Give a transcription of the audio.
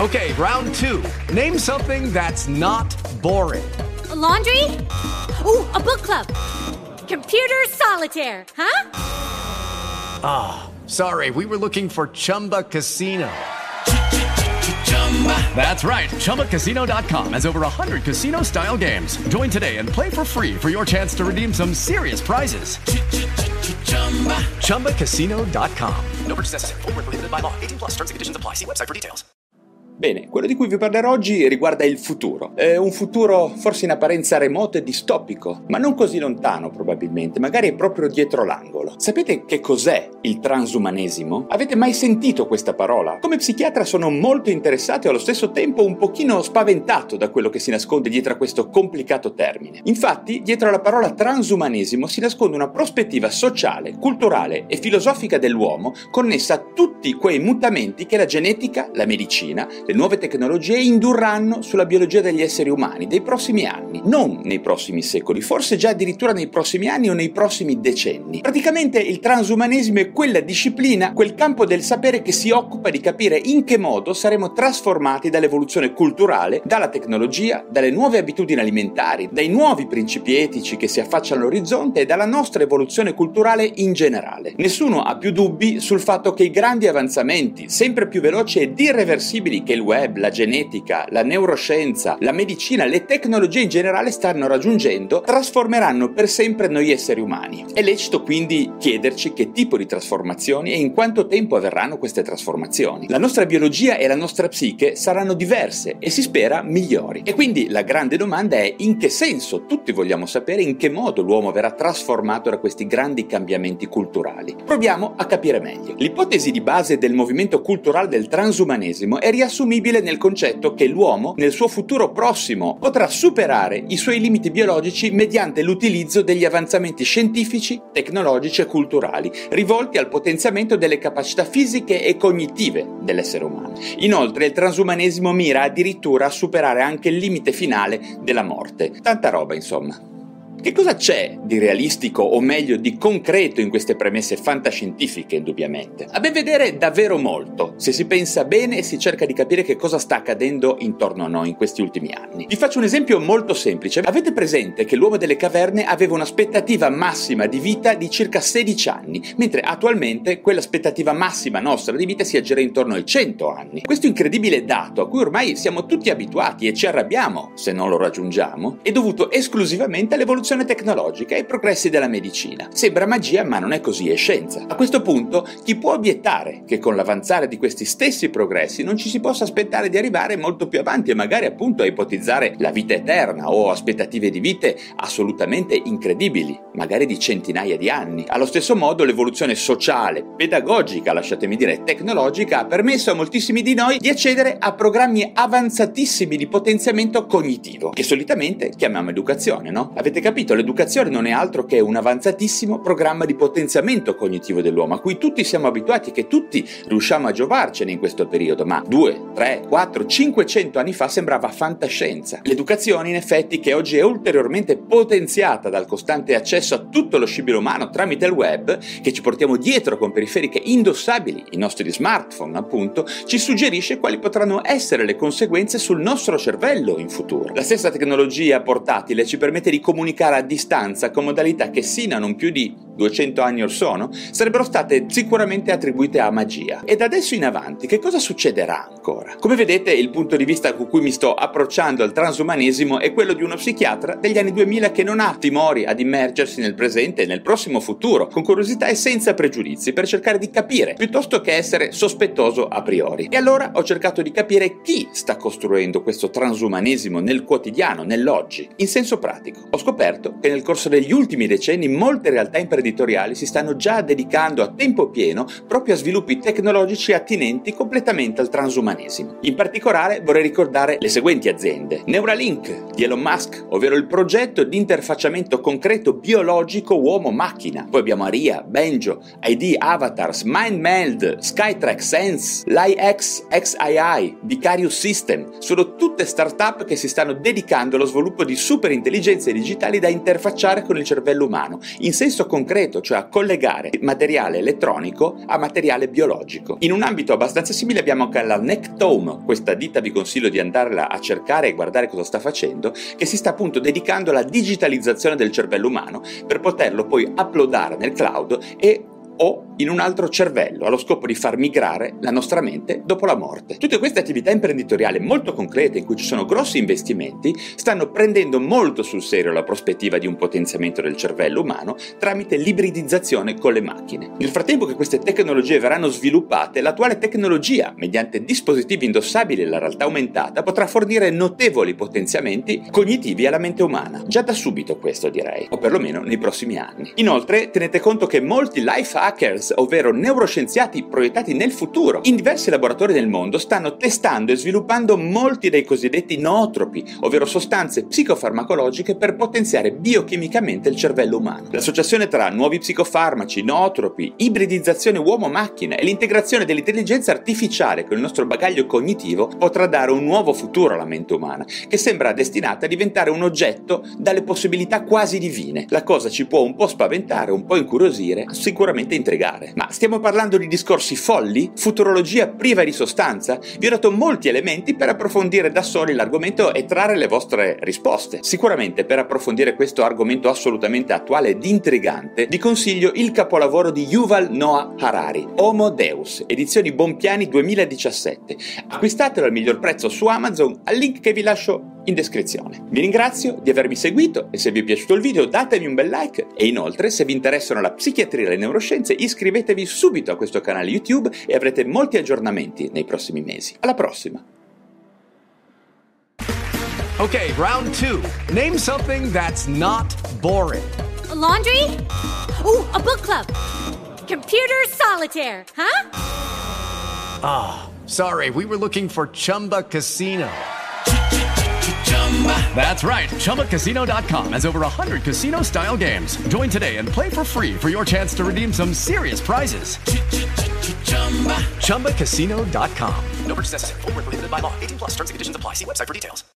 Okay, round two. Name something that's not boring. A laundry? Ooh, a book club. Computer solitaire, huh? Ah, sorry, we were looking for Chumba Casino. That's right, ChumbaCasino.com has over 100 casino-style games. Join today and play for free for your chance to redeem some serious prizes. ChumbaCasino.com. No purchase necessary. Void where prohibited by law. 18+ terms and conditions apply. See website for details. Bene, quello di cui vi parlerò oggi riguarda il futuro. Un futuro forse in apparenza remoto e distopico, ma non così lontano probabilmente, magari è proprio dietro l'angolo. Sapete che cos'è il transumanesimo? Avete mai sentito questa parola? Come psichiatra sono molto interessato e allo stesso tempo un pochino spaventato da quello che si nasconde dietro a questo complicato termine. Infatti, dietro alla parola transumanesimo si nasconde una prospettiva sociale, culturale e filosofica dell'uomo connessa a tutti quei mutamenti che la genetica, la medicina, le nuove tecnologie indurranno sulla biologia degli esseri umani dei prossimi anni, non nei prossimi secoli, forse già addirittura nei prossimi anni o nei prossimi decenni. Praticamente il transumanesimo è quella disciplina, quel campo del sapere che si occupa di capire in che modo saremo trasformati dall'evoluzione culturale, dalla tecnologia, dalle nuove abitudini alimentari, dai nuovi principi etici che si affacciano all'orizzonte e dalla nostra evoluzione culturale in generale. Nessuno ha più dubbi sul fatto che i grandi avanzamenti, sempre più veloci ed irreversibili che il web, la genetica, la neuroscienza, la medicina, le tecnologie in generale stanno raggiungendo, trasformeranno per sempre noi esseri umani. È lecito quindi chiederci che tipo di trasformazioni e in quanto tempo avverranno queste trasformazioni. La nostra biologia e la nostra psiche saranno diverse e si spera migliori. E quindi la grande domanda è: in che senso? Tutti vogliamo sapere in che modo l'uomo verrà trasformato da questi grandi cambiamenti culturali. Proviamo a capire meglio. L'ipotesi di base del movimento culturale del transumanesimo è riassumibile nel concetto che l'uomo, nel suo futuro prossimo, potrà superare i suoi limiti biologici mediante l'utilizzo degli avanzamenti scientifici, tecnologici e culturali, rivolti al potenziamento delle capacità fisiche e cognitive dell'essere umano. Inoltre, il transumanesimo mira addirittura a superare anche il limite finale della morte. Tanta roba, insomma. Che cosa c'è di realistico, o meglio di concreto, in queste premesse fantascientifiche, indubbiamente? A ben vedere davvero molto, se si pensa bene e si cerca di capire che cosa sta accadendo intorno a noi in questi ultimi anni. Vi faccio un esempio molto semplice. Avete presente che l'uomo delle caverne aveva un'aspettativa massima di vita di circa 16 anni, mentre attualmente quell'aspettativa massima nostra di vita si aggira intorno ai 100 anni. Questo incredibile dato, a cui ormai siamo tutti abituati e ci arrabbiamo se non lo raggiungiamo, è dovuto esclusivamente all'evoluzione tecnologica e ai progressi della medicina. Sembra magia, ma non è così, è scienza. A questo punto, chi può obiettare che con l'avanzare di questi stessi progressi non ci si possa aspettare di arrivare molto più avanti e magari appunto a ipotizzare la vita eterna o aspettative di vite assolutamente incredibili, magari di centinaia di anni. Allo stesso modo, l'evoluzione sociale, pedagogica, lasciatemi dire, tecnologica ha permesso a moltissimi di noi di accedere a programmi avanzatissimi di potenziamento cognitivo, che solitamente chiamiamo educazione, no? Avete capito? L'educazione non è altro che un avanzatissimo programma di potenziamento cognitivo dell'uomo a cui tutti siamo abituati e che tutti riusciamo a giovarcene in questo periodo, ma 2, 3, 4, 500 anni fa sembrava fantascienza. L'educazione, in effetti, che oggi è ulteriormente potenziata dal costante accesso a tutto lo scibile umano tramite il web, che ci portiamo dietro con periferiche indossabili, i nostri smartphone appunto, ci suggerisce quali potranno essere le conseguenze sul nostro cervello in futuro. La stessa tecnologia portatile ci permette di comunicare a distanza con modalità che sino a non più di 200 anni or sono sarebbero state sicuramente attribuite a magia. E da adesso in avanti che cosa succederà ancora? Come vedete, il punto di vista con cui mi sto approcciando al transumanesimo è quello di uno psichiatra degli anni 2000 che non ha timori ad immergersi nel presente e nel prossimo futuro, con curiosità e senza pregiudizi, per cercare di capire piuttosto che essere sospettoso a priori. E allora ho cercato di capire chi sta costruendo questo transumanesimo nel quotidiano, nell'oggi, in senso pratico. Ho scoperto che nel corso degli ultimi decenni molte realtà imprenditoriali si stanno già dedicando a tempo pieno proprio a sviluppi tecnologici attinenti completamente al transumanesimo. In particolare vorrei ricordare le seguenti aziende: Neuralink di Elon Musk, ovvero il progetto di interfacciamento concreto biologico uomo-macchina. Poi abbiamo Aria, Benjo, ID Avatars, MindMeld, Skytrack Sense, LIX XAI, Vicarious System. Sono tutte start-up che si stanno dedicando allo sviluppo di super intelligenze digitali da interfacciare con il cervello umano, in senso concreto concreto, cioè a collegare materiale elettronico a materiale biologico. In un ambito abbastanza simile abbiamo anche la Nectome, questa ditta vi consiglio di andarla a cercare e guardare cosa sta facendo, che si sta appunto dedicando alla digitalizzazione del cervello umano per poterlo poi uploadare nel cloud o in un altro cervello, allo scopo di far migrare la nostra mente dopo la morte. Tutte queste attività imprenditoriali molto concrete, in cui ci sono grossi investimenti, stanno prendendo molto sul serio la prospettiva di un potenziamento del cervello umano tramite l'ibridizzazione con le macchine. Nel frattempo che queste tecnologie verranno sviluppate, l'attuale tecnologia, mediante dispositivi indossabili e la realtà aumentata, potrà fornire notevoli potenziamenti cognitivi alla mente umana. Già da subito questo, direi, o perlomeno nei prossimi anni. Inoltre, tenete conto che molti life hackers, ovvero neuroscienziati proiettati nel futuro, in diversi laboratori del mondo stanno testando e sviluppando molti dei cosiddetti nootropi, ovvero sostanze psicofarmacologiche per potenziare biochimicamente il cervello umano. L'associazione tra nuovi psicofarmaci, nootropi, ibridizzazione uomo-macchina e l'integrazione dell'intelligenza artificiale con il nostro bagaglio cognitivo potrà dare un nuovo futuro alla mente umana, che sembra destinata a diventare un oggetto dalle possibilità quasi divine. La cosa ci può un po' spaventare, un po' incuriosire, sicuramente intrigare. Ma stiamo parlando di discorsi folli? Futurologia priva di sostanza? Vi ho dato molti elementi per approfondire da soli l'argomento e trarre le vostre risposte. Sicuramente per approfondire questo argomento assolutamente attuale ed intrigante vi consiglio il capolavoro di Yuval Noah Harari, Homo Deus, edizioni Bompiani 2017. Acquistatelo al miglior prezzo su Amazon al link che vi lascio in descrizione. Vi ringrazio di avermi seguito e se vi è piaciuto il video datemi un bel like e inoltre se vi interessano la psichiatria e le neuroscienze iscrivetevi subito a questo canale YouTube e avrete molti aggiornamenti nei prossimi mesi. Alla prossima! Okay, round 2. Name something that's not boring. A laundry? Ooh, a book club. Computer solitaire, huh? Sorry, we were looking for Chumba Casino. That's right. ChumbaCasino.com has over 100 casino-style games. Join today and play for free for your chance to redeem some serious prizes. ChumbaCasino.com. No purchase necessary. Void where prohibited by law. 18+ terms and conditions apply. See website for details.